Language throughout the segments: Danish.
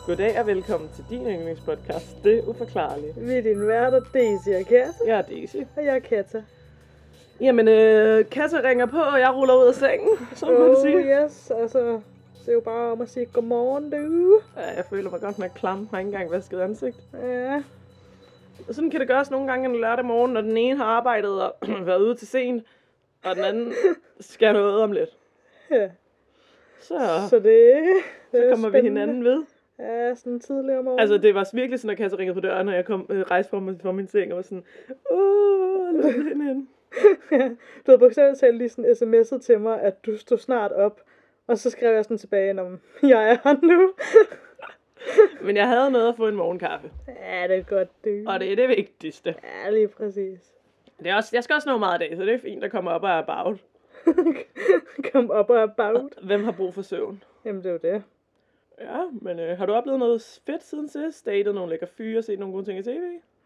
Goddag og velkommen til din yndlingspodcast, Det Uforklarlige. Vi er din værter, Daisy og Katja. Jeg er Daisy. Og jeg er Katja. Jamen, Katja ringer på, og jeg ruller ud af sengen, som man siger. Yes, altså, det er jo bare om at sige godmorgen, du. Ja, jeg føler mig godt nok klam, har ikke engang vasket ansigt. Ja. Og sådan kan det gøres nogle gange en lørdag morgen, når den ene har arbejdet og været ude til sent, og den anden skal noget om lidt. Ja. Så det kommer spændende. vi hinanden ved. Ja, sådan tidligere om morgenen. Altså, det var virkelig sådan, at Katja ringede på døren, og jeg rejste fra min seng og var sådan, lidt ind. Du havde bogstaveligt talt lige sådan sms'et til mig, at du stod snart op. Og så skrev jeg sådan tilbage, om jeg er her nu. Men jeg havde noget at få en morgenkaffe. Ja, det er godt, du. Og det er det vigtigste. Ja, lige præcis. Det er også, jeg skal også nå meget i dag, så det er fint at komme op og er about. Kom op og er baut. Hvem har brug for søvn? Jamen, det er jo det. Ja, men har du oplevet noget fedt siden sidst? Datet nogle lækker fyre, set nogle gode ting i tv?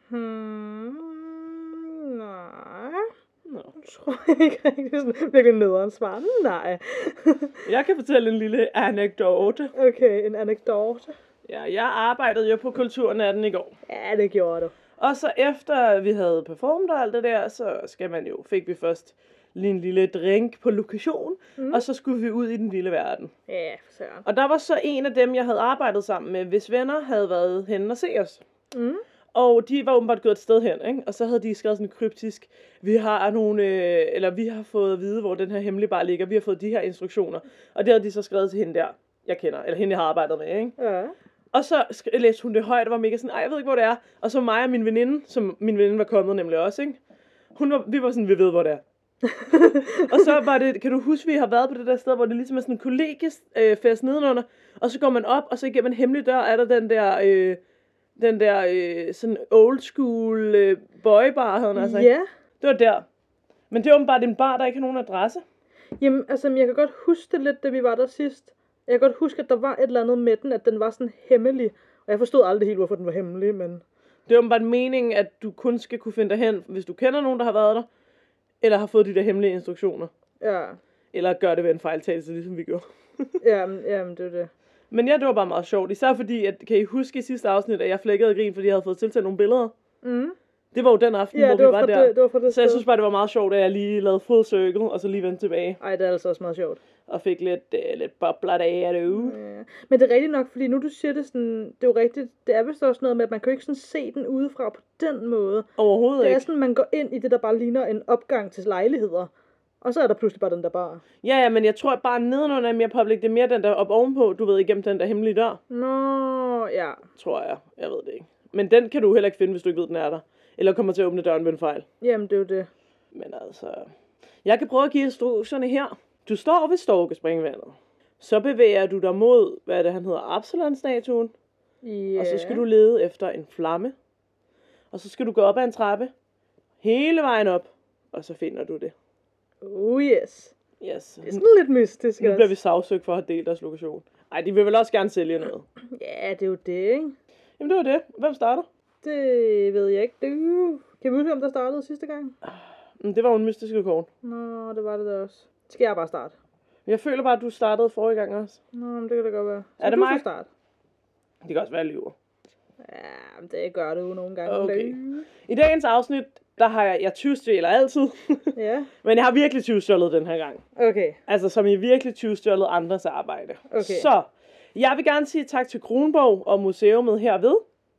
Nej. Nå. Jeg tror ikke rigtig sådan virkelig nederen svar. Nej. Jeg kan fortælle en lille anekdote. Okay, en anekdote. Ja, jeg arbejdede jo på Kulturnatten i går. Ja, det gjorde du. Og så efter vi havde performet og alt det der, så fik vi først lige en lille drink på lokation, og så skulle vi ud i den vilde verden. Ja, for søren. Og der var så en af dem, jeg havde arbejdet sammen med, hvis venner havde været henne og se os. Og de var åbenbart gået et sted hen, ikke? Og så havde de skrevet sådan kryptisk, vi har fået at vide, hvor den her hemmelige bar ligger, vi har fået de her instruktioner. Og det havde de så skrevet til hende der, jeg kender, eller hende jeg har arbejdet med, ikke? Ja. Og så læste hun det højt, og var mega sådan, jeg ved ikke, hvor det er. Og så mig og min veninde, som min veninde var kommet nemlig også, ikke? Vi var sådan, vi ved, hvor det er. Og så var det, kan du huske, vi har været på det der sted, hvor det ligesom er sådan en kollegiefest nedenunder, og så går man op, og så igennem en hemmelig dør, er der den der sådan old school boybar, havde han sagt. Ja. Det var der. Men det er åbenbart en bar, der ikke har nogen adresse. Jamen, altså, jeg kan godt huske det lidt, da vi var der sidst. Jeg kan godt huske, at der var et eller andet med den, at den var sådan hemmelig. Og jeg forstod aldrig helt, hvorfor den var hemmelig, men... Det er åbenbart meningen, at du kun skal kunne finde dig hen, hvis du kender nogen, der har været der, eller har fået de der hemmelige instruktioner. Ja. Eller gør det ved en fejltagelse, ligesom vi gjorde. Jamen, det er det. Men ja, det var bare meget sjovt. Især fordi, kan I huske i sidste afsnit, at jeg flækkede grin, fordi jeg havde fået tilsendt nogle billeder? Det var jo den aften, hvor vi var der. Det var fra det så jeg synes bare, det var meget sjovt, at jeg lige lavede full circle, og så lige vendte tilbage. Ej, det er altså også meget sjovt. Og fik lidt bobler af det uge. Ja. Men det er rigtigt nok, fordi nu du siger det sådan, det er jo rigtigt, det er vist også noget med, at man kan jo ikke sådan se den udefra på den måde. Overhovedet ikke. Det er sådan, man går ind i det, der bare ligner en opgang til lejligheder. Og så er der pludselig bare den der bar. Ja, men jeg tror bare nedenunder er mere public, det er mere den der op ovenpå, du ved, igennem den der hemmelige dør. Nå, ja. Tror jeg ved det ikke. Men den kan du heller ikke finde, hvis du ikke ved, den er der. Eller kommer til at åbne døren ved en fejl. Jamen, det er jo det. Men altså, jeg kan prøve at give instruktionerne her. Du står ved Storkespringvandet. Så bevæger du dig mod, hvad er det, han hedder, Absalon-statuen. Yeah. Og så skal du lede efter en flamme. Og så skal du gå op ad en trappe. Hele vejen op. Og så finder du det. Oh yes. Yes. Det er sådan lidt mystisk Nu også. bliver vi sagsøgt for at have delt deres lokation. Ej, de vil vel også gerne sælge noget. Ja, det er jo det, ikke? Jamen det var det. Hvem starter? Det ved jeg ikke. Kan vi huske, om der startede sidste gang? Det var jo en mystisk kort. Nå, det var det da også. Skal jeg bare starte? Jeg føler bare, at du startede forrige gang også. Nå, men det kan det godt være. Er det mig? Starte? Det kan også være, at jeg lyver. Ja, men det gør det jo nogle gange. Okay. I dagens afsnit, der har jeg tyvstjæler altid. Ja. Men jeg har virkelig tyvstjålet den her gang. Okay. Altså, som I virkelig tyvstjålet andres arbejde. Okay. Så, jeg vil gerne sige tak til Kronborg og museumet herved.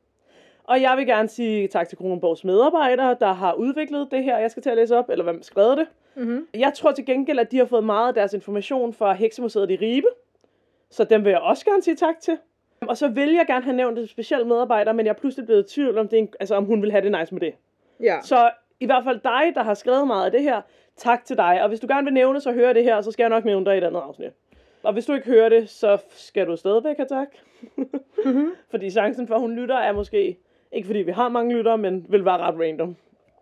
Og jeg vil gerne sige tak til Kronborgs medarbejdere, der har udviklet det her, jeg skal til at læse op, eller hvem har skrevet det. Jeg tror til gengæld, at de har fået meget af deres information fra Heksemuseet i Ribe. Så dem vil jeg også gerne sige tak til. Og så vil jeg gerne have nævnt et specielt medarbejder, men jeg er pludselig blevet i tvivl om, om hun vil have det nice med det. Ja. Så i hvert fald dig, der har skrevet meget af det her, tak til dig. Og hvis du gerne vil nævne, så høre det her, så skal jeg nok nævne dig i et andet afsnit. Og hvis du ikke hører det, så skal du stadigvæk have tak. Fordi chancen for, at hun lytter, er måske, ikke fordi vi har mange lyttere, men vil være ret random.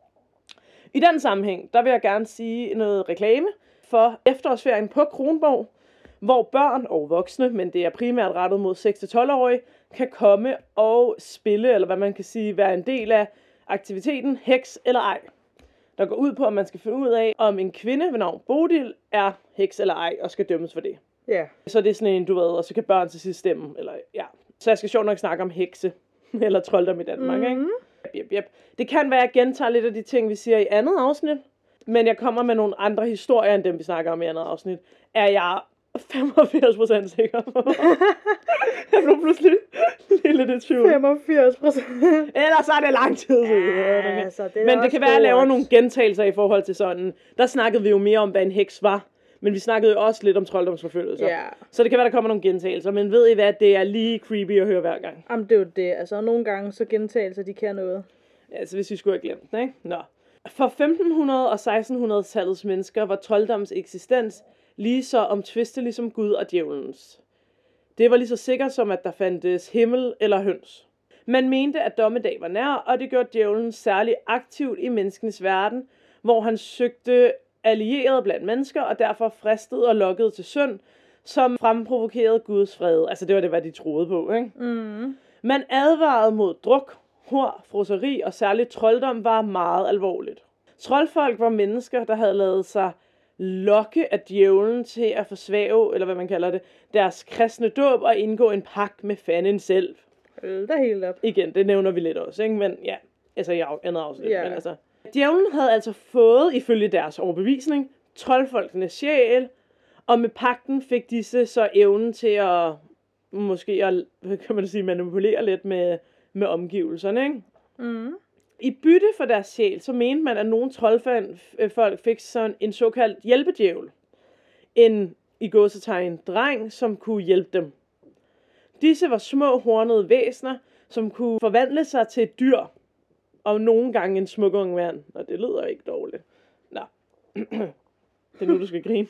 I den sammenhæng, der vil jeg gerne sige noget reklame for efterårsferien på Kronborg, hvor børn og voksne, men det er primært rettet mod 6-12-årige, kan komme og spille, eller hvad man kan sige, være en del af aktiviteten heks eller ej. Der går ud på, at man skal finde ud af, om en kvinde ved navn Bodil er heks eller ej, og skal dømmes for det. Ja. Så det er sådan en, du ved, og så kan børn til sidst stemme, eller ja. Så jeg skal sjovt nok snakke om hekse, eller trolddom i Danmark, ikke? Yep. Det kan være, at jeg gentager lidt af de ting, vi siger i andet afsnit, men jeg kommer med nogle andre historier, end dem, vi snakker om i andet afsnit. Er jeg 85% sikker på. Jeg blev pludselig lidt i tvivl. 85%. Ellers er det lang tid siden. Ja, altså, men det kan være, at jeg laver nogle gentagelser i forhold til sådan. Der snakkede vi jo mere om, hvad en heks var. Men vi snakkede jo også lidt om trolddomsforfølgelser. Ja. Så det kan være, der kommer nogle gentagelser. Men ved I hvad, det er lige creepy at høre hver gang. Jamen det er jo det. Altså nogle gange så gentagelser, de kan noget. Altså hvis vi skulle have glemt det, ikke? Nå. For 1500 og 1600-tallets mennesker var trolddoms eksistens lige så omtvistelig som Gud og djævelens. Det var lige så sikkert som, at der fandtes himmel eller høns. Man mente, at dommedag var nær, og det gjorde djævlen særligt aktivt i menneskenes verden, hvor han søgte allierede blandt mennesker, og derfor fristede og lokkede til synd, som fremprovokerede Guds fred. Altså det var det, hvad de troede på, ikke? Man advarede mod druk, hor, froseri og særligt trolddom var meget alvorligt. Troldfolk var mennesker, der havde lavet sig lokke af djævlen til at forsvage, eller hvad man kalder det, deres kristne dåb og indgå en pagt med fanden selv. Det er helt op. Igen, det nævner vi lidt også, ikke? Men ja, altså i andet afsnit. Yeah. Men altså, djævlen havde altså fået, ifølge deres overbevisning, troldfolkenes sjæl, og med pagten fik disse så evnen til at, måske at, kan man sige, manipulere lidt med omgivelserne, ikke? I bytte for deres sjæl, så mente man, at nogle troldfolk fik sådan en såkaldt hjælpedjævel. En, i gåsetegn, dreng, som kunne hjælpe dem. Disse var små hornede væsener, som kunne forvandle sig til et dyr, og nogle gange en smuk ung mand. Og det lyder ikke dårligt. Nå. Det er nu, du skal grine.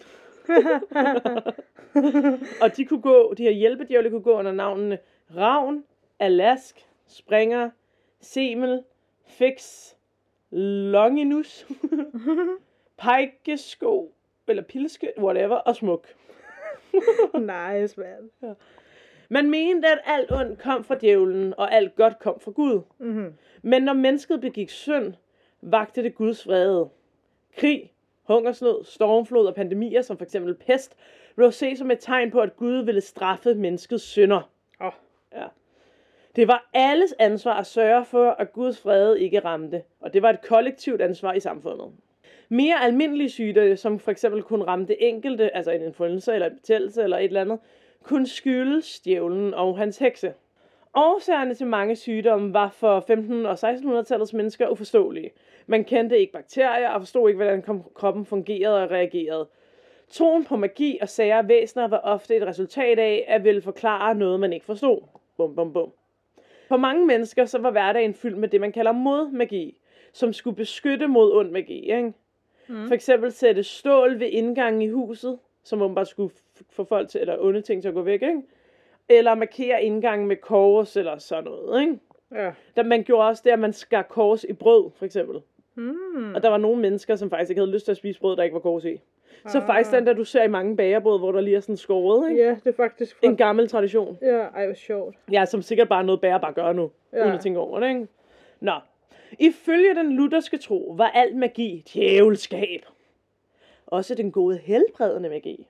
Og de her hjælpedjævle kunne gå under navnene Ravn, Alask, Springer, Semel, Fix, Longinus, Pejkesko, eller Pilske, whatever, og Smuk. Nice, man. Ja. Man mente, at alt ondt kom fra djævlen, og alt godt kom fra Gud. Men når mennesket begik synd, vagte det Guds vrede. Krig, hungersnød, stormflod og pandemier, som f.eks. pest, blev set som et tegn på, at Gud ville straffe menneskets synder. Ja. Det var alles ansvar at sørge for, at Guds vrede ikke ramte, og det var et kollektivt ansvar i samfundet. Mere almindelige sygdomme, som for eksempel kunne ramme det enkelte, altså en influenza eller en betændelse eller et eller andet, kunne skyldes djævlen og hans hekse. Årsagerne til mange sygdomme var for 1500- og 1600-tallets mennesker uforståelige. Man kendte ikke bakterier og forstod ikke, hvordan kroppen fungerede og reagerede. Troen på magi og sære væsener var ofte et resultat af at ville forklare noget, man ikke forstod. Bum, bum, bum. For mange mennesker så var hverdagen fyldt med det, man kalder modmagi, som skulle beskytte mod ond magi, ikke? For eksempel sætte stål ved indgangen i huset, som man bare skulle få folk til, eller onde ting til at gå væk, ikke? Eller markere indgangen med kors, eller sådan noget, ikke? Ja. Man gjorde også det, at man skar kors i brød, for eksempel. Og der var nogle mennesker, som faktisk ikke havde lyst til at spise brød, der ikke var kors i. Så faktisk den der, du ser i mange bagerbrød, hvor der lige er sådan skåret, ikke? Ja, det er faktisk en gammel tradition. Ja, ej, hvor sjovt. Ja, som sikkert bare noget bager bare gør nu, uden at tænke over det, ikke? Nå. Ifølge den lutherske tro var alt magi djævelskab. Også den gode helbredende magi.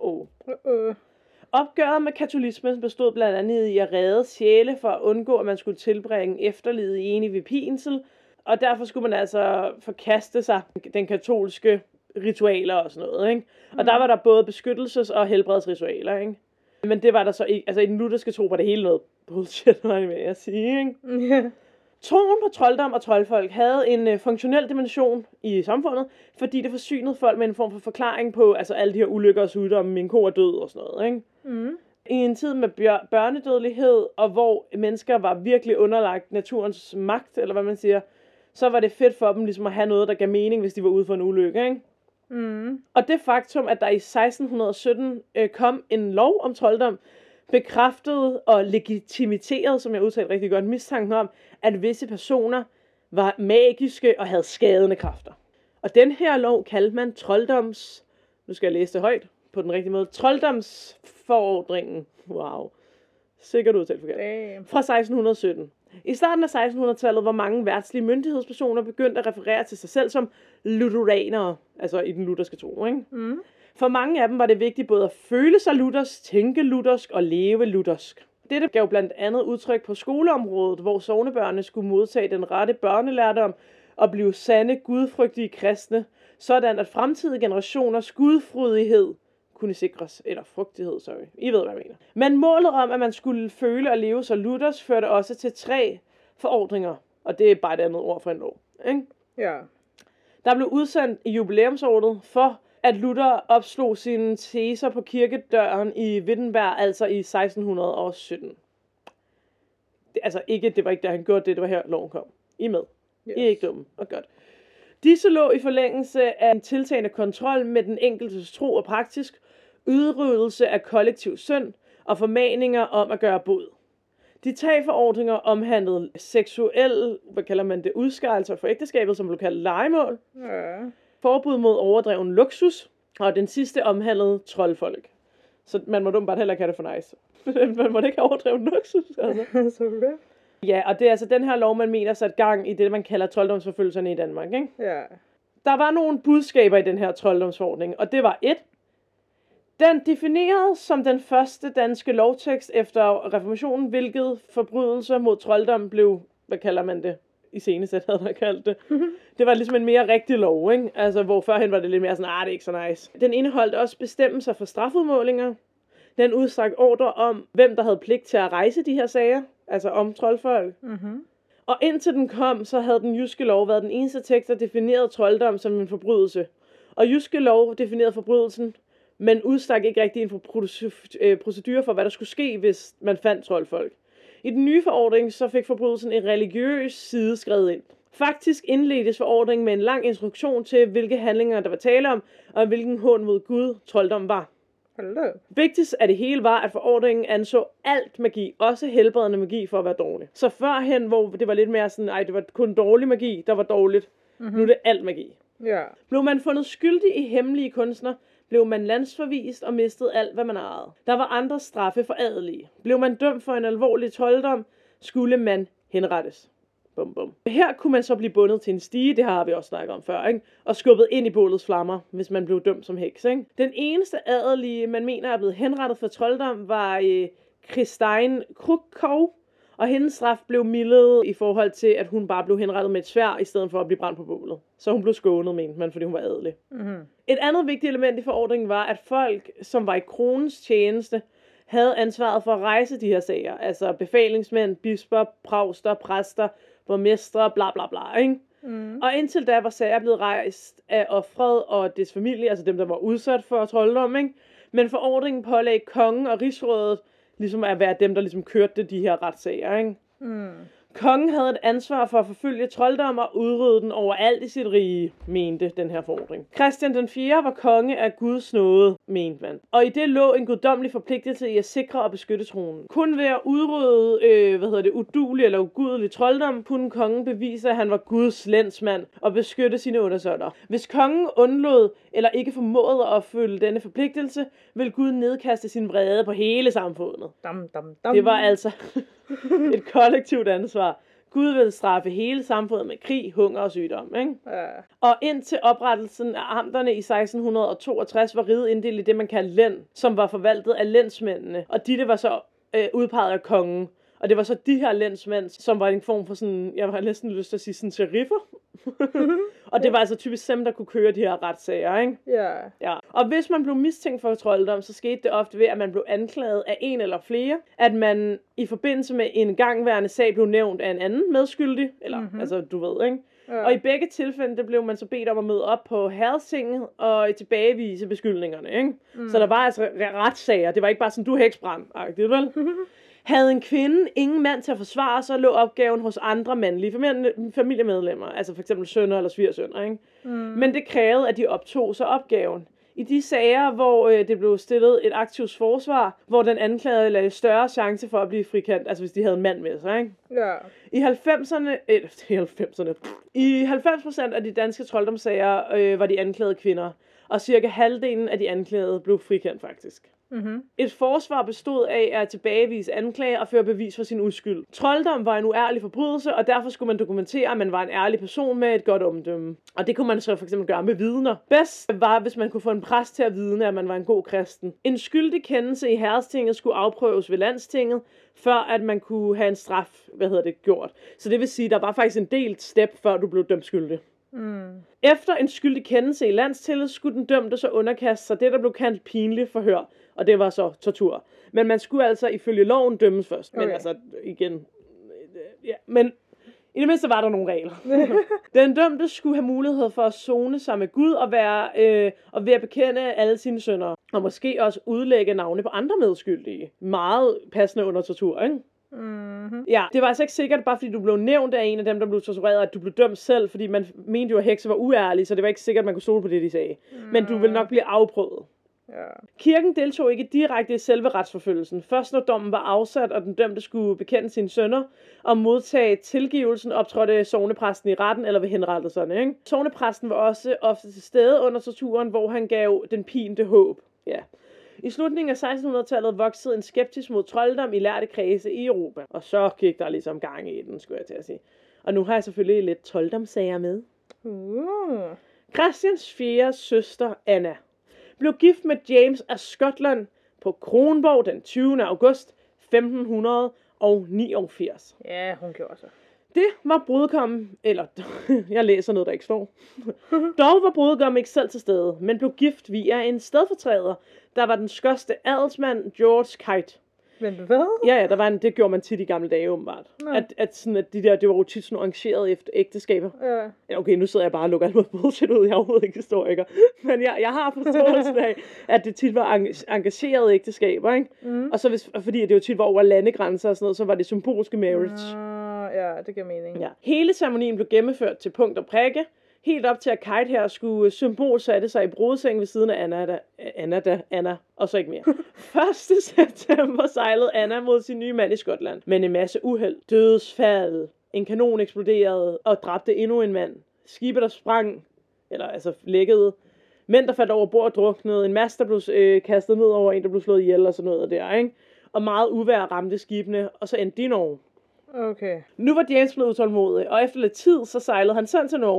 Opgøret med katolismen bestod blandt andet i at redde sjæle for at undgå, at man skulle tilbringe efterlivet i evig pinsel, og derfor skulle man altså forkaste sig den katolske ritualer og sådan noget, ikke? Og der var der både beskyttelses- og helbredsritualer, ikke? Men det var der så ikke, altså i den lutherske tro var det hele noget bullshit, var det med at sige, ikke? Troen på trolddom og troldfolk havde en funktionel dimension i samfundet, fordi det forsynede folk med en form for forklaring på altså alle de her ulykker og sygdomme, min ko er død og sådan noget, ikke? I en tid med børnedødelighed, og hvor mennesker var virkelig underlagt naturens magt, eller hvad man siger, så var det fedt for dem ligesom at have noget, der gav mening, hvis de var ude for en ulykke, ikke? Og det faktum, at der i 1617 kom en lov om trolddom, bekræftede og legitimiterede, som jeg udtalte rigtig godt, mistanken om, at visse personer var magiske og havde skadende kræfter. Og den her lov kaldte man trolddoms, nu skal jeg læse det højt på den rigtige måde, trolddomsforordringen. Wow. Sikkert udtalt forkert. Fra 1617. I starten af 1600-tallet var mange verdslige myndighedspersoner begyndt at referere til sig selv som lutheranere, altså i den lutherske tro, ikke? For mange af dem var det vigtigt både at føle sig luthersk, tænke luthersk og leve luthersk. Dette gav blandt andet udtryk på skoleområdet, hvor sognebørnene skulle modtage den rette børnelærdom og blive sande, gudfrygtige kristne, sådan at fremtidige generationers gudfrydighed kunne sikres, eller frugtighed, sorry. I ved, hvad jeg mener. Men målet om, at man skulle føle og leve så Luthers, førte også til 3 forordringer, og det er bare et andet ord for en lov, ikke? Ja. Der blev udsendt i jubilæumsåret for, at Luther opslog sine teser på kirkedøren i Wittenberg, altså i 1617. Det var ikke der, han gjorde det, det var her, loven kom. I er med. Yes. I er ikke dumme. Og godt. Disse lå i forlængelse af en tiltagende kontrol med den enkeltes tro og praktisk udryddelse af kollektiv synd og formaninger om at gøre bod. De 3 forordninger omhandlede seksuel, udskejelser for ægteskabet, som blev kaldt lejemål, forbud mod overdreven luksus, og den sidste omhandlede troldfolk. Så man må bare heller ikke have det for nice. Man må ikke have overdreven luksus. Altså. Ja, og det er altså den her lov, man mener sat gang i det, man kalder trolddomsforfølgelserne i Danmark, ikke? Ja. Der var nogle budskaber i den her trolddomsforordning, og det var 1. Den definerede som den første danske lovtekst efter reformationen, hvilket forbrydelser mod trolddom blev, iscenesat havde man kaldt det. Det var ligesom en mere rigtig lov, ikke? Altså, hvor førhen var det lidt mere sådan, det er ikke så nice. Den indeholdt også bestemmelser for strafudmålinger. Den udstrakte ordre om, hvem der havde pligt til at rejse de her sager, altså om troldfolk. Mm-hmm. Og indtil den kom, så havde den jyske lov været den eneste tekst, der definerede trolddom som en forbrydelse. Og jyske lov definerede forbrydelsen, men udstak ikke rigtig en procedure for, hvad der skulle ske, hvis man fandt troldfolk. I den nye forordning så fik forbrydelsen en religiøs side skrevet ind. Faktisk indledtes forordningen med en lang instruktion til, hvilke handlinger der var tale om, og hvilken hån mod Gud trolddom var. Hello. Vigtigst af det hele var, at forordningen anså alt magi, også helbredende magi, for at være dårlig. Så førhen, hvor det var lidt mere sådan, det var kun dårlig magi, der var dårligt. Mm-hmm. Nu er det alt magi. Ja. Blev man fundet skyldig i hemmelige kunstner, blev man landsforvist og mistede alt, hvad man ejede. Der var andre straffe for adelige. Blev man dømt for en alvorlig trolddom, skulle man henrettes. Bum, bum. Her kunne man så blive bundet til en stige, det har vi også snakket om før, ikke? Og skubbet ind i bålets flammer, hvis man blev dømt som heks, ikke? Den eneste adelige, man mener er blevet henrettet for trolddom, var Christine Krukov, og hendes straf blev mildret i forhold til, at hun bare blev henrettet med et sværd, i stedet for at blive brændt på bålet. Så hun blev skånet, mente man, fordi hun var adelig. Mm-hmm. Et andet vigtigt element i forordningen var, at folk, som var i kronens tjeneste, havde ansvaret for at rejse de her sager. Altså befalingsmænd, bisper, provster, præster, borgmestre, bla bla bla, ikke? Mm. Og indtil da var sager blevet rejst af offeret og dets familie, altså dem, der var udsat for trolddom, ikke? Men forordningen pålagde kongen og rigsrådet ligesom at være dem, der ligesom kørte de her retssager, ikke? Mm. Kongen havde et ansvar for at forfølge trolddom og udrydde den overalt i sit rige, mente den her forordning. Christian den 4. var konge af Guds nåde, mente man. Og i det lå en guddommelig forpligtelse i at sikre og beskytte tronen. Kun ved at udrydde, uduelig eller ugudelig trolddom, kunne kongen bevise, at han var Guds lensmand og beskytte sine undersåtter. Hvis kongen undlod eller ikke formåede at opfylde denne forpligtelse, ville Gud nedkaste sin vrede på hele samfundet. Det var altså et kollektivt ansvar. Gud ville straffe hele samfundet med krig, hunger og sygdom, ikke? Ja. Og indtil oprettelsen af amterne i 1662 var riget inddelt i det, man kaldte len, som var forvaltet af lensmændene. Og de var så udpeget af kongen. Og det var så de her lensmænd, som var en form for sådan, jeg har næsten lyst til at sige sådan sheriffer. Og det var altså typisk dem, der kunne køre de her retssager, ikke? Ja. Og hvis man blev mistænkt for trolddom, så skete det ofte ved, at man blev anklaget af en eller flere. At man i forbindelse med en gangværende sag blev nævnt af en anden medskyldig. Eller, altså du ved, ikke? Ja. Og i begge tilfælde, blev man så bedt om at møde op på herredstinget og tilbagevise beskyldningerne, ikke? Så der var altså retssager. Det var ikke bare sådan, du er heksbrand, det vel? Havde en kvinde ingen mand til at forsvare, så lå opgaven hos andre mandlige familiemedlemmer, altså for eksempel sønner eller svigersønner, ikke? Men det krævede, at de optog sig opgaven. I de sager, hvor det blev stillet et aktivt forsvar, hvor den anklagede lagde større chance for at blive frikendt, altså hvis de havde en mand med sig, ikke? Ja. I 90% af de danske trolddomssager var de anklagede kvinder, og cirka halvdelen af de anklagede blev frikendt faktisk. Mhm. Et forsvar bestod af at tilbagevise anklager og føre bevis for sin uskyld. Trolddom var en uærlig forbrydelse, og derfor skulle man dokumentere, at man var en ærlig person med et godt omdømme. Og det kunne man så for eksempel gøre med vidner. Bedst var, hvis man kunne få en præst til at vidne, at man var en god kristen. En skyldig kendelse i Herredstinget skulle afprøves ved Landstinget, før at man kunne have en straf, gjort. Så det vil sige, at der var faktisk en delt step, før du blev dømt skyldig. Efter en skyldig kendelse i Landstinget, skulle den dømte så underkaste sig det, der blev kaldt pinligt forhør. Og det var så tortur. Men man skulle altså ifølge loven dømmes først. Men altså, igen... Ja, men i det mindste var der nogle regler. Den dømte skulle have mulighed for at sone sig med Gud og ved at bekende alle sine synder. Og måske også udlægge navne på andre medskyldige. Meget passende under tortur, ikke? Mm-hmm. Ja, det var altså ikke sikkert, bare fordi du blev nævnt af en af dem, der blev tortureret, at du blev dømt selv, fordi man mente jo, at hekse var uærlige, så det var ikke sikkert, at man kunne stole på det, de sagde. Men du ville nok blive afprøvet. Ja. Kirken deltog ikke direkte i selve retsforfølgelsen. Først når dommen var afsat, og den dømte skulle bekende sine synder og modtage tilgivelsen, optrådte sognepræsten i retten eller ved henrettelserne. Ikke? Sognepræsten var også ofte til stede under torturen, hvor han gav den pinte håb. Ja. I slutningen af 1600-tallet voksede en skepsis mod trolddom i lærte kredse i Europa. Og så gik der ligesom gang i den, skulle jeg til at sige. Og nu har jeg selvfølgelig lidt trolddomssager med. Christians 4. søster, Anna, blev gift med James af Skotland på Kronborg den 20. august 1589. Ja, hun gjorde så. Det var brudgommen, eller jeg læser noget, der ikke står. Dog var brudgommen ikke selv til stede, men blev gift via en stedfortræder, der var den skotske adelsmand George Kite. Men hvad? Ja, der var det gjorde man tit i gamle dage, åbenbart. At de der, det var jo tit sådan arrangeret efter ægteskaber. Ja. Okay, nu sidder jeg bare og lukker alt noget bullshit ud. Jeg er overhovedet ikke historiker. Men jeg har forståelsen af, at det tit var engagerede ægteskaber, ikke? Og så fordi det jo tit var over landegrænser og sådan noget, så var det symbolske marriage. Ja, det giver mening. Ja. Hele ceremonien blev gennemført til punkt og prikke. Helt op til at Kite her skulle symbolsætte sig i brudesengen ved siden af Anna, og så ikke mere. 1. september sejlede Anna mod sin nye mand i Skotland, men en masse uheld. Dødsfald, en kanon eksploderede og dræbte endnu en mand. Skibe, der sprang, lækkede. Mænd, der faldt over bord og druknede. En mast, der blev kastet ned over en, der blev slået ihjel og sådan noget der, ikke? Og meget uvejr ramte skibene, og så endte de i Norge. Okay. Nu var James blevet utålmodig, og efter lidt tid, så sejlede han selv til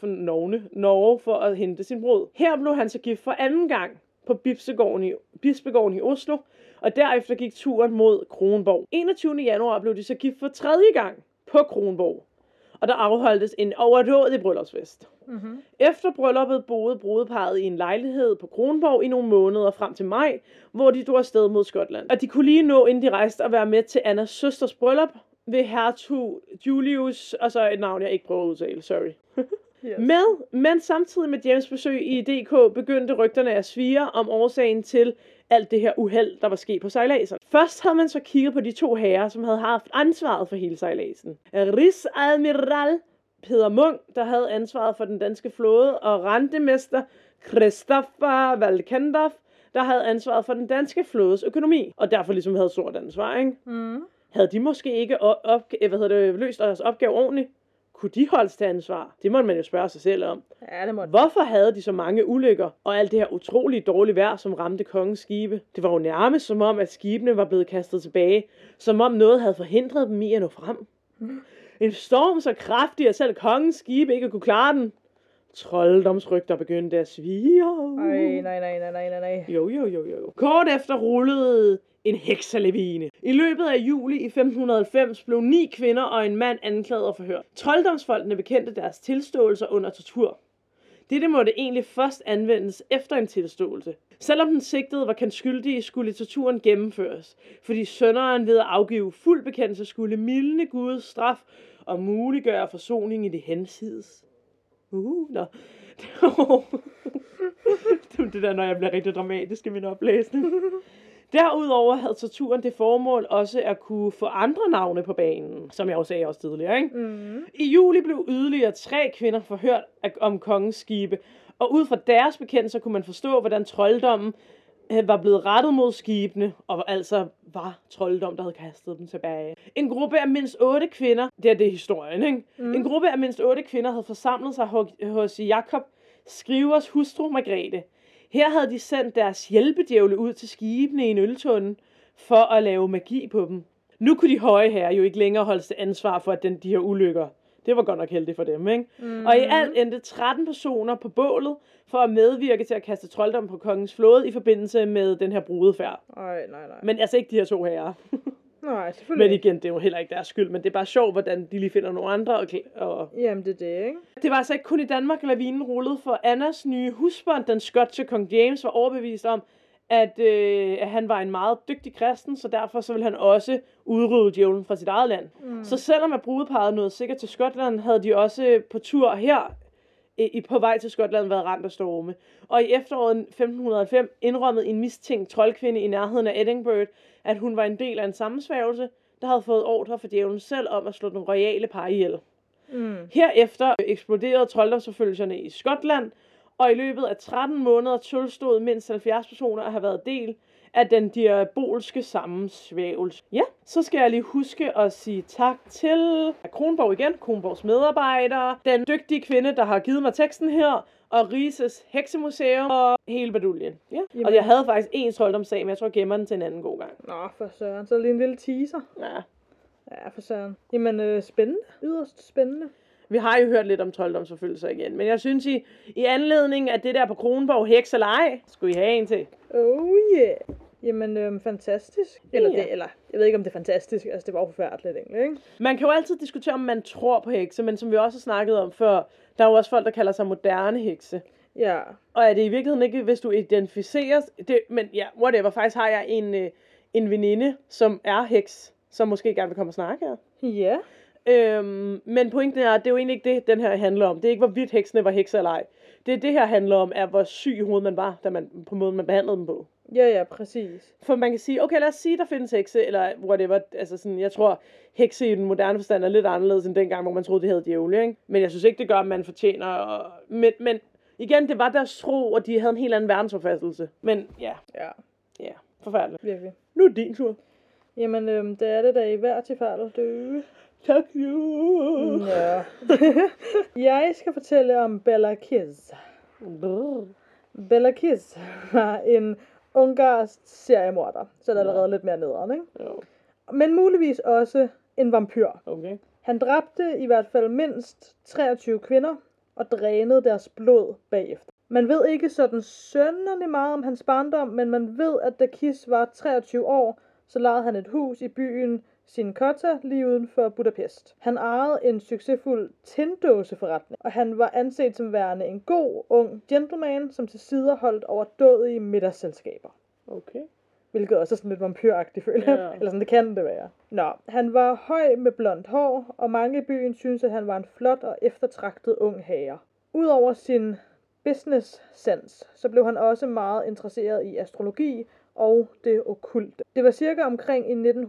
Norge for at hente sin brud. Her blev han så gift for anden gang på Bispegården i Oslo, og derefter gik turen mod Kronborg. 21. januar blev de så gift for tredje gang på Kronborg, og der afholdtes en overdådig bryllupsfest. Mm-hmm. Efter brylluppet boede brudeparret i en lejlighed på Kronborg i nogle måneder frem til maj, hvor de drog afsted mod Skotland. Og de kunne lige nå, inden de rejste, at være med til Annas søsters bryllup ved hertug Julius, og så et navn, jeg ikke prøver at udtale, sorry. Yes. Men samtidig med James besøg i DK, begyndte rygterne at svire om årsagen til alt det her uheld, der var sket på sejladsen. Først havde man så kigget på de to herrer, som havde haft ansvaret for hele sejladsen. Rigsadmiral Peder Munk, der havde ansvaret for den danske flåde, og rentemester Christopher Valkendorf, der havde ansvaret for den danske flådes økonomi, og derfor ligesom havde stort ansvar, ikke? Havde de måske ikke løst deres opgave ordentligt? Kunne de holdes til ansvar? Det må man jo spørge sig selv om. Ja, det måtte. Hvorfor havde de så mange ulykker, og alt det her utroligt dårlige vejr, som ramte kongens skibe? Det var jo nærmest som om, at skibene var blevet kastet tilbage, som om noget havde forhindret dem i at nå frem. En storm så kraftig, at selv kongens skibe ikke kunne klare den. Trolddomsrygter begyndte at svige. Nej. Jo. Kort efter rullede en hekselavine. I løbet af juli i 1590 blev 9 kvinder og en mand anklaget og forhørt. Trolddomsfolkene bekendte deres tilståelser under tortur. Dette måtte egentlig først anvendes efter en tilståelse. Selvom den sigtede var kendt skyldig, skulle torturen gennemføres, fordi synderen ved at afgive fuld bekendelse skulle mildne Guds straf og muliggøre forsoning i det hensides. Det der, når jeg bliver rigtig dramatisk i min oplæsning. Derudover havde torturen det formål også at kunne få andre navne på banen, som jeg også sagde tidligere, ikke? I juli blev yderligere 3 kvinder forhørt om kongens skibe, og ud fra deres bekendelser kunne man forstå, hvordan trolddommen var blevet rettet mod skibene, og altså var trolddom, der havde kastet dem tilbage. En gruppe af mindst 8 kvinder, det er historien, ikke? En gruppe af mindst 8 kvinder havde forsamlet sig hos Jakob Skrivers hustru Margrethe. Her havde de sendt deres hjælpedjævle ud til skibene i en øltunde for at lave magi på dem. Nu kunne de høje herrer jo ikke længere holdes til ansvar for de her ulykker. Det var godt nok heldigt for dem, ikke? Og i alt endte 13 personer på bålet for at medvirke til at kaste trolddom på kongens flåde i forbindelse med den her brudefærd. Nej. Men altså ikke de her 2 herrer. Nej, selvfølgelig. Men igen, det er jo heller ikke deres skyld, men det er bare sjovt, hvordan de lige finder nogle andre. Jamen, det er det, ikke? Det var altså ikke kun i Danmark, at lavinen rullede, for Annas nye husbond, den skotske kong James, var overbevist om, at han var en meget dygtig kristen, så derfor så ville han også udrydde djævlen fra sit eget land. Så selvom at brudeparret nåede sikkert til Skotland, havde de også på tur her på vej til Skotland været ramt af storme. Og i efteråret 1505 indrømmede en mistænkt troldkvinde i nærheden af Edinburgh, at hun var en del af en sammensværgelse, der havde fået ordre fra djævlen selv om at slå den royale par ihjel. Herefter eksploderede trolddomsforfølgelserne i Skotland, og i løbet af 13 måneder tilstod mindst 70 personer at have været del af den diabolske sammensvægelse. Ja, så skal jeg lige huske at sige tak til Kronborg igen, Kronborgs medarbejdere, den dygtige kvinde, der har givet mig teksten her, og Rises Heksemuseum og hele baduljen. Ja. Og jeg havde faktisk en trolddomssag, men jeg tror, jeg gemmer den til en anden god gang. Nå, for søren. Så lige en lille teaser. Ja, for søren. Jamen, spændende. Yderst spændende. Vi har jo hørt lidt om trolddomsforfølgelser igen, men jeg synes, i anledning af det der på Kronborg, heks eller ej, skulle I have en til. Oh yeah. Jamen, fantastisk. Eller jeg ved ikke, om det er fantastisk. Altså, det var jo forfærdeligt egentlig, ikke? Man kan jo altid diskutere, om man tror på hekse, men som vi også har snakket om før, der er jo også folk, der kalder sig moderne hekse. Ja. Og er det i virkeligheden ikke, hvis du identificerer det, men ja, whatever. Faktisk har jeg en veninde, som er heks, som måske gerne vil komme og snakke her. Ja. Men pointen er, at det er jo egentlig ikke det, den her handler om. Det er ikke, hvorvidt heksene var hekser eller ej. Det her handler om, er hvor syg i hovedet man var, på måden man behandlede dem på. Ja, præcis. For man kan sige, okay, lad os sige, der findes hekse, eller whatever. Altså sådan, jeg tror, hekse i den moderne forstand er lidt anderledes end dengang, hvor man troede, de havde djævle, ikke? Men jeg synes ikke, det gør, at man fortjener. Men igen, det var deres tro, og de havde en helt anden verdensopfattelse. Men ja, forfærdeligt. Virkelig. Nu er din tur. Jamen, det er det da i hver tilfælde, du. Tak, jo. Ja. Jeg skal fortælle om Bela Kiss. Bela Kiss var en ungarsk seriemorder, så der er allerede lidt mere nederen, ikke? Jo. Men muligvis også en vampyr. Okay. Han dræbte i hvert fald mindst 23 kvinder og drænede deres blod bagefter. Man ved ikke sådan sønderligt meget om hans barndom, men man ved, at da Kiss var 23 år, så lejede han et hus i byen Sincota lige uden for Budapest. Han ejede en succesfuld tindåseforretning, og han var anset som værende en god, ung gentleman, som til sider holdt overdådige middagsselskaber. Okay. Hvilket også er sådan lidt vampyragtigt, føler jeg. Eller sådan, det kan det være. Nå, han var høj med blondt hår, og mange i byen syntes, at han var en flot og eftertragtet ung herre. Udover sin business sense, så blev han også meget interesseret i astrologi og det okkulte. Det var cirka omkring i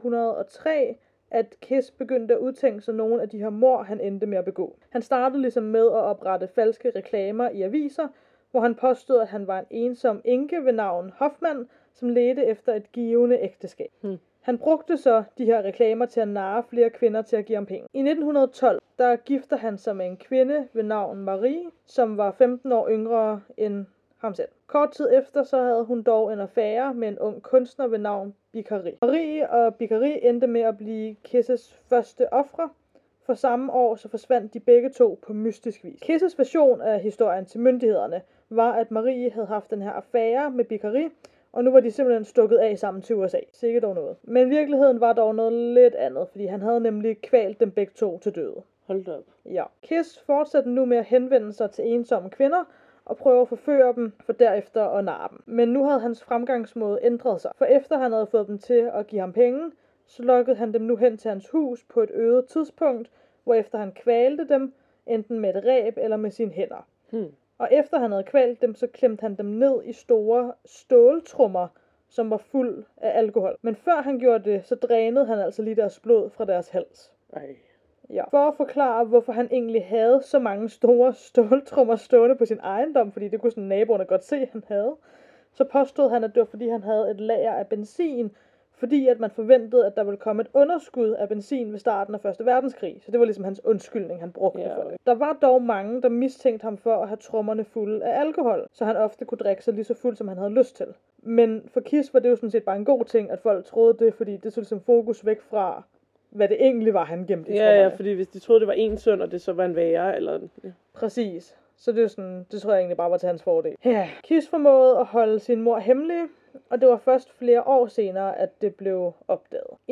1903, at Kiss begyndte at udtænke sig nogle af de her mord, han endte med at begå. Han startede ligesom med at oprette falske reklamer i aviser, hvor han påstod, at han var en ensom enke ved navn Hoffmann, som ledte efter et givende ægteskab. Han brugte så de her reklamer til at narre flere kvinder til at give ham penge. I 1912, der gifter han sig med en kvinde ved navn Marie, som var 15 år yngre end ham selv. Kort tid efter, så havde hun dog en affære med en ung kunstner ved navn Bikari. Marie og Bikari endte med at blive Kisses første ofre. For samme år så forsvandt de begge to på mystisk vis. Kisses version af historien til myndighederne var, at Marie havde haft den her affære med Bikari, og nu var de simpelthen stukket af sammen til USA. Sikkert dog noget. Men virkeligheden var dog noget lidt andet, fordi han havde nemlig kvalt dem begge to til døde. Hold op. Ja. Kiss fortsatte nu med at henvende sig til ensomme kvinder, og prøve at forføre dem, for derefter at narre dem. Men nu havde hans fremgangsmåde ændret sig, for efter han havde fået dem til at give ham penge, så lokkede han dem nu hen til hans hus på et øget tidspunkt, hvorefter han kvalte dem, enten med et reb eller med sine hænder. Og efter han havde kvalt dem, så klemte han dem ned i store ståltrummer, som var fuld af alkohol. Men før han gjorde det, så drænede han altså lige deres blod fra deres hals. Ej. Ja. For at forklare, hvorfor han egentlig havde så mange store ståltrummer stående på sin ejendom, fordi det kunne sådan naboerne godt se, han havde, så påstod han, at det var fordi han havde et lager af benzin fordi at man forventede, at der ville komme et underskud af benzin ved starten af 1. verdenskrig. Så det var ligesom hans undskyldning, han brugte for det. Der var dog mange, der mistænkte ham for at have trommerne fulde af alkohol, så han ofte kunne drikke sig lige så fuld, som han havde lyst til. Men for Kiss var det jo sådan set bare en god ting, at folk troede det, fordi det tog ligesom fokus væk fra, hvad det egentlig var, han gemte i trommerne. Ja, fordi hvis de troede, det var en søn, og det så var en værre, eller... Ja. Præcis. Så det er sådan, det tror jeg egentlig bare var til hans fordel. Ja. Kiss formåede at holde sin mor hemmelig, og det var først flere år senere, at det blev opdaget. I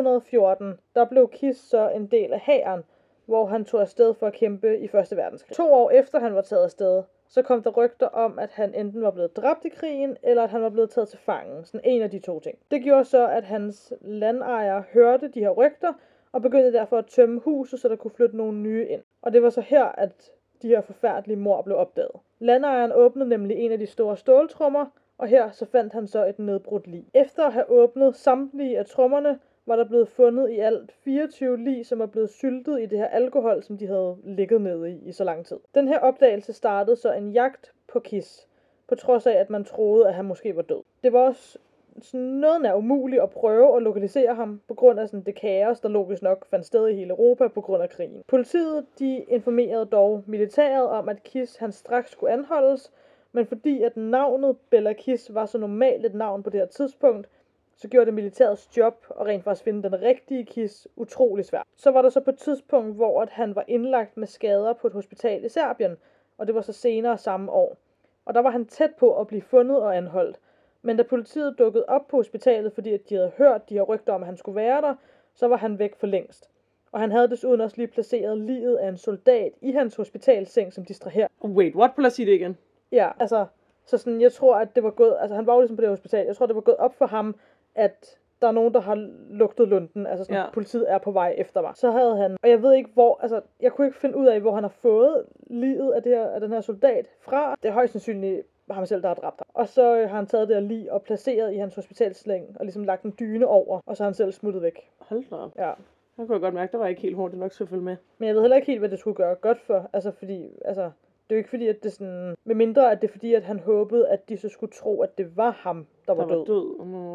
1914, der blev Kiss så en del af hæren, hvor han tog afsted for at kæmpe i 1. verdenskrig. 2 år efter han var taget afsted, så kom der rygter om, at han enten var blevet dræbt i krigen, eller at han var blevet taget til fange. Sådan en af de 2 ting. Det gjorde så, at hans landejer hørte de her rygter, og begyndte derfor at tømme huset, så der kunne flytte nogle nye ind. Og det var så her, at de her forfærdelige mord blev opdaget. Landejeren åbnede nemlig en af de store ståltrommer, og her så fandt han så et nedbrudt lig. Efter at have åbnet samtlige af trommerne, var der blevet fundet i alt 24 lig, som var blevet syltet i det her alkohol, som de havde ligget nede i så lang tid. Den her opdagelse startede så en jagt på Kiss, på trods af, at man troede, at han måske var død. Det var også sådan noget nær umuligt at prøve at lokalisere ham, på grund af sådan det kaos, der logisk nok fandt sted i hele Europa på grund af krigen. Politiet, de informerede dog militæret om, at Kiss han straks skulle anholdes, men fordi at navnet Bela Kiss var så normalt et navn på det her tidspunkt, så gjorde det militærets job at rent faktisk finde den rigtige Kiss utrolig svært. Så var der så på et tidspunkt, hvor at han var indlagt med skader på et hospital i Serbien, og det var så senere samme år. Og der var han tæt på at blive fundet og anholdt. Men da politiet dukkede op på hospitalet, fordi at de havde hørt de her rygter om, at han skulle være der, så var han væk for længst. Og han havde desuden også lige placeret liget af en soldat i hans hospitalseng som distraher. Wait, what? Prøv at sige det igen. Ja, altså, så sådan, jeg tror, at det var gået, altså han var jo ligesom på det hospital, jeg tror, det var gået op for ham, at der er nogen, der har lugtet lunden, altså sådan, politiet er på vej efter mig. Så havde han, og jeg ved ikke hvor, altså, jeg kunne ikke finde ud af, hvor han har fået liget af den her soldat fra. Det er højst sandsynligt ham selv, der har dræbt ham. Og så har han taget det her lig og placeret i hans hospitalslæng, og ligesom lagt en dyne over, og så har han selv smuttet væk. Hold da op. Ja. Jeg kunne godt mærke, der var ikke helt hurtigt nok selvfølgelig med. Men jeg ved heller ikke helt, hvad det skulle gøre godt for, altså fordi, altså, det er jo ikke fordi, at det sådan, med mindre at det er fordi, at han håbede, at de så skulle tro, at det var ham, der var død.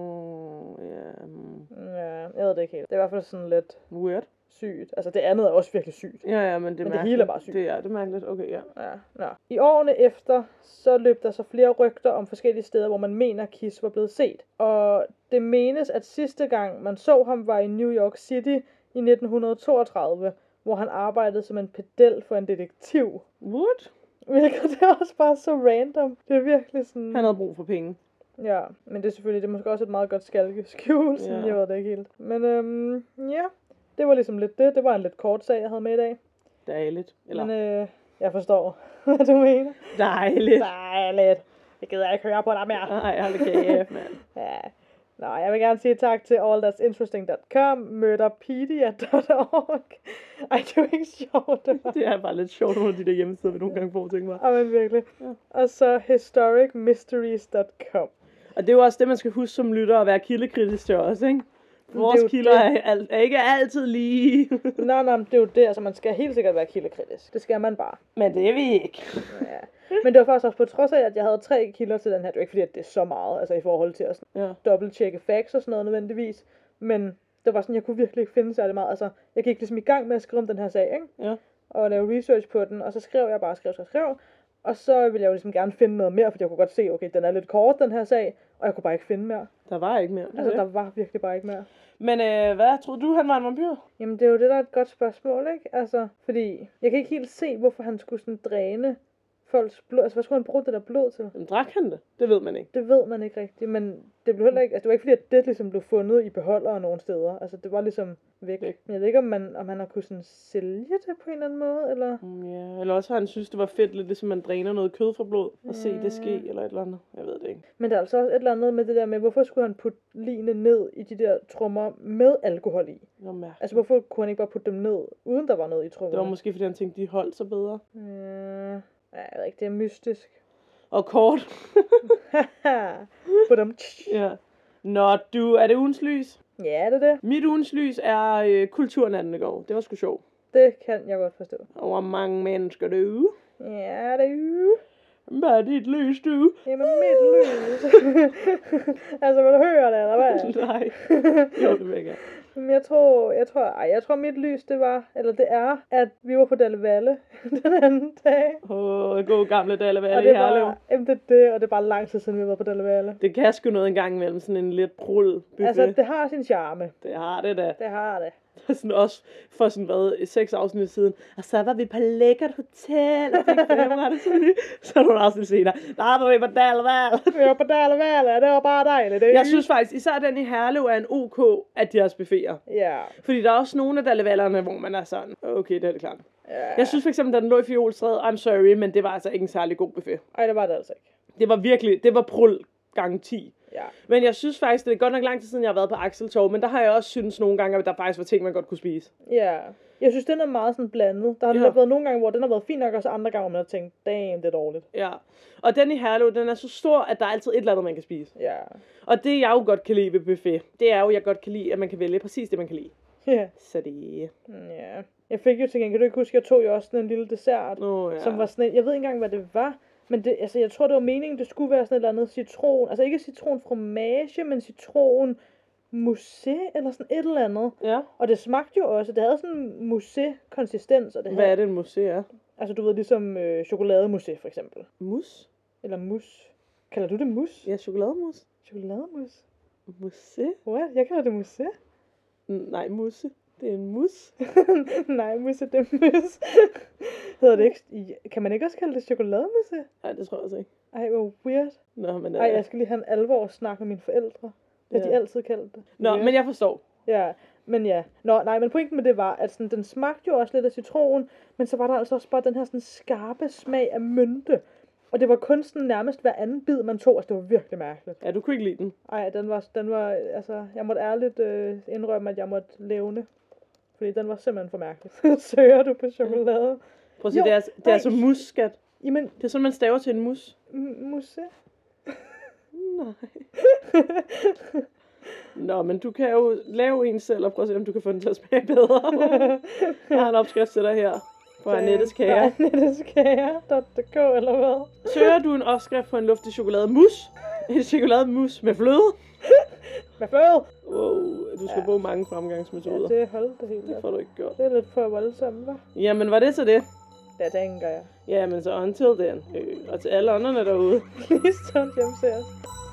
Ja, jeg ved det ikke helt. Det er i hvert fald sådan lidt weird. Sygt. Altså det andet er også virkelig sygt. Ja, men det hele er bare sygt. Det er mærkeligt. Okay, ja. Ja. I årene efter, så løb der så flere rygter om forskellige steder, hvor man mener, Kiss var blevet set. Og det menes, at sidste gang man så ham, var i New York City i 1932, hvor han arbejdede som en pedel for en detektiv. What? Hvilket det er også bare så random. Det er virkelig sådan... Han havde brug for penge. Ja, men det er selvfølgelig, det er måske også et meget godt skalkeskjul, sådan, jeg ved det ikke helt. Men ja, det var ligesom lidt det. Det var en lidt kort sag, jeg havde med i dag. Dejligt. Eller... Men jeg forstår, hvad du mener. Dejligt. Jeg gider ikke høre på dig mere. Nej, hold kæft, mand. Ja. Nå, jeg vil gerne sige tak til allthat'sinteresting.com, murderpedia.org. Ej, det er jo ikke sjovt, det var. Det er bare lidt sjovt, nogle af de der hjemmesider, vi nogle gange får tænke mig. Ja, men virkelig. Ja. Og så historicmysteries.com. Og det er jo også det, man skal huske som lytter, at være kildekritisk til os, ikke? Vores kilder er ikke altid lige. Nej, det er jo det. Altså, man skal helt sikkert være kildekritisk. Det skal man bare. Men det er vi ikke. Ja. Men det var faktisk også på trods af, at jeg havde 3 kilder til den her. Det er ikke fordi, at det er så meget, altså i forhold til at dobbelttjekke facts og sådan noget nødvendigvis. Men det var sådan, jeg kunne virkelig ikke finde særlig meget. Altså, jeg gik ligesom i gang med at skrive om den her sag, ikke? Ja. Og lave research på den, og så skrev jeg bare, skrev. Og så ville jeg jo ligesom gerne finde noget mere, fordi jeg kunne godt se, okay, den er lidt kort, den her sag, og jeg kunne bare ikke finde mere. Der var ikke mere. Altså, der var virkelig bare ikke mere. Men hvad troede du, han var en vampyr? Jamen, det er jo det, der er et godt spørgsmål, ikke? Altså, fordi jeg kan ikke helt se, hvorfor han skulle sådan dræne folks blod. Altså, hvad skulle han bruge det der blod til? Jamen, drak han det? Det ved man ikke. Det ved man ikke rigtigt, men det blev heller ikke, altså det var ikke fordi, at det ligesom blev fundet i beholdere nogle steder. Altså, det var ligesom væk. Men jeg ved ikke, om han har kunnet sådan sælge det på en eller anden måde, eller? Ja, eller også har han synes, det var fedt, lidt ligesom man dræner noget kød fra blod, og se det ske, eller et eller andet. Jeg ved det ikke. Men der er altså også et eller andet med det der med, hvorfor skulle han putte ligene ned i de der trommer med alkohol i? Altså, hvorfor kunne han ikke bare putte dem ned, uden der var noget i trommerne? Det var måske, fordi han tænkte, de holdt sig bedre. Ja, jeg ved ikke, det er mystisk. Og kort. Ja. Nå, er det ugens lys? Ja, det er det. Mit ugens lys er kulturnatten i går. Det var sgu sjovt. Det kan jeg godt forstå. Og hvor mange mennesker det er. Ja, det er Hvad er dit lys, du? Jamen, mit lys. Altså, vil du høre det, eller hvad? Nej. Jo, det vil jeg gerne. Men jeg tror mit lys, det er, at vi var på Dalle Valle den anden dag. God gamle Dalle Valle Og i det Herlev. og det er bare lang tid siden, vi har været på Dalle Valle. Det kan sgu noget en gang imellem, sådan en lidt brul buffet. Altså, det har sin charme. Det har det da. Det har det. Sådan også for sådan hvad, 6 afsnit siden. Og så var vi på lækkert hotel, og fik 5 retter til menu. Så er nogle afsnit senere. Der var vi på Dalle Valle. Vi var på Dalle Valle, og det var bare dejligt. Jeg synes faktisk, især den i Herlev er en OK, at de har buffeter. Ja. Fordi der er også nogle af Dalle Vallerne, hvor man er sådan, okay, det er det klart. Ja. Jeg synes for eksempel, da den lå i Fiolstræde, I'm sorry, men det var altså ikke en særlig god buffet. Ej, det var det altså ikke. Det var prul gang 10. Ja. Men jeg synes faktisk, det er godt nok lang tid siden, jeg har været på Axeltorv, men der har jeg også synes nogle gange, at der faktisk var ting, man godt kunne spise. Ja. Jeg synes, den er meget sådan blandet. Der har været nogle gange, hvor den har været fin nok, og så andre gange, hvor man har tænkt, damn, det er dårligt. Ja. Og den i Herlev, den er så stor, at der er altid et eller andet, man kan spise. Ja. Og det, jeg jo godt kan lide ved buffet, det er jo, jeg godt kan lide, at man kan vælge præcis det, man kan lide. Ja. Så det... Ja. Jeg fik jo til gengæld, kan du ikke huske, jeg tog jo også sådan en lille dessert, som var sådan en, jeg ved ikke engang, hvad det var, men det, altså, jeg tror, det var meningen, det skulle være sådan et eller andet citron, altså ikke citronfromage, men citron mousse, eller sådan et eller andet. Ja. Og det smagte jo også, det havde sådan en mousse-konsistens. Og det Hvad er det, en mousse er? Altså, du ved, ligesom chokolademousse, for eksempel. Mousse? Eller mousse. Kalder du det mousse? Ja, chokolademousse. Chokolademousse? Mousse? What? Jeg kalder det mousse. Nej, mousse. Det er en mus. Nej, mousse, det er mus. Hedder det ikke? Kan man ikke også kalde det chokolademousse? Nej, det tror jeg altså ikke. Ej, hvor weird. Nå, men... Ej, jeg skal lige have en alvorssnak med mine forældre. Det har de altid kaldt det. Nå, men jeg forstår. Ja, men ja. Nå, nej, men pointen med det var, at sådan, den smagte jo også lidt af citron, men så var der altså også bare den her sådan skarpe smag af mynte. Og det var kun sådan nærmest hver anden bid, man tog, altså det var virkelig mærkeligt. Ja, du kunne ikke lide den. Ej, den var altså, jeg måtte ærligt indrømme, at jeg måtte levne. Fordi den var simpelthen for mærkelig. Søger du på chokolade? Prøv at se, det er altså mus, skat. Jamen, det er sådan, man staver til en mus. Musse? Nej. Nå, men du kan jo lave en selv, og prøve at se, om du kan få den til at smage bedre. Jeg har en opskrift til dig her. Fra Annettes Kager. Annetteskære.dk eller hvad? Søger du en opskrift på en luftig chokolademus? En chokolademus med fløde? Med fløde? Wow, du skal bruge mange fremgangsmetoder. Ja, det holdt det helt. Det får du ikke gjort. Det er lidt for voldsomt, hva'? Jamen, var det så det? Det tænker jeg. Jamen, så until then. Og til alle andre derude. Please don't hjemse os.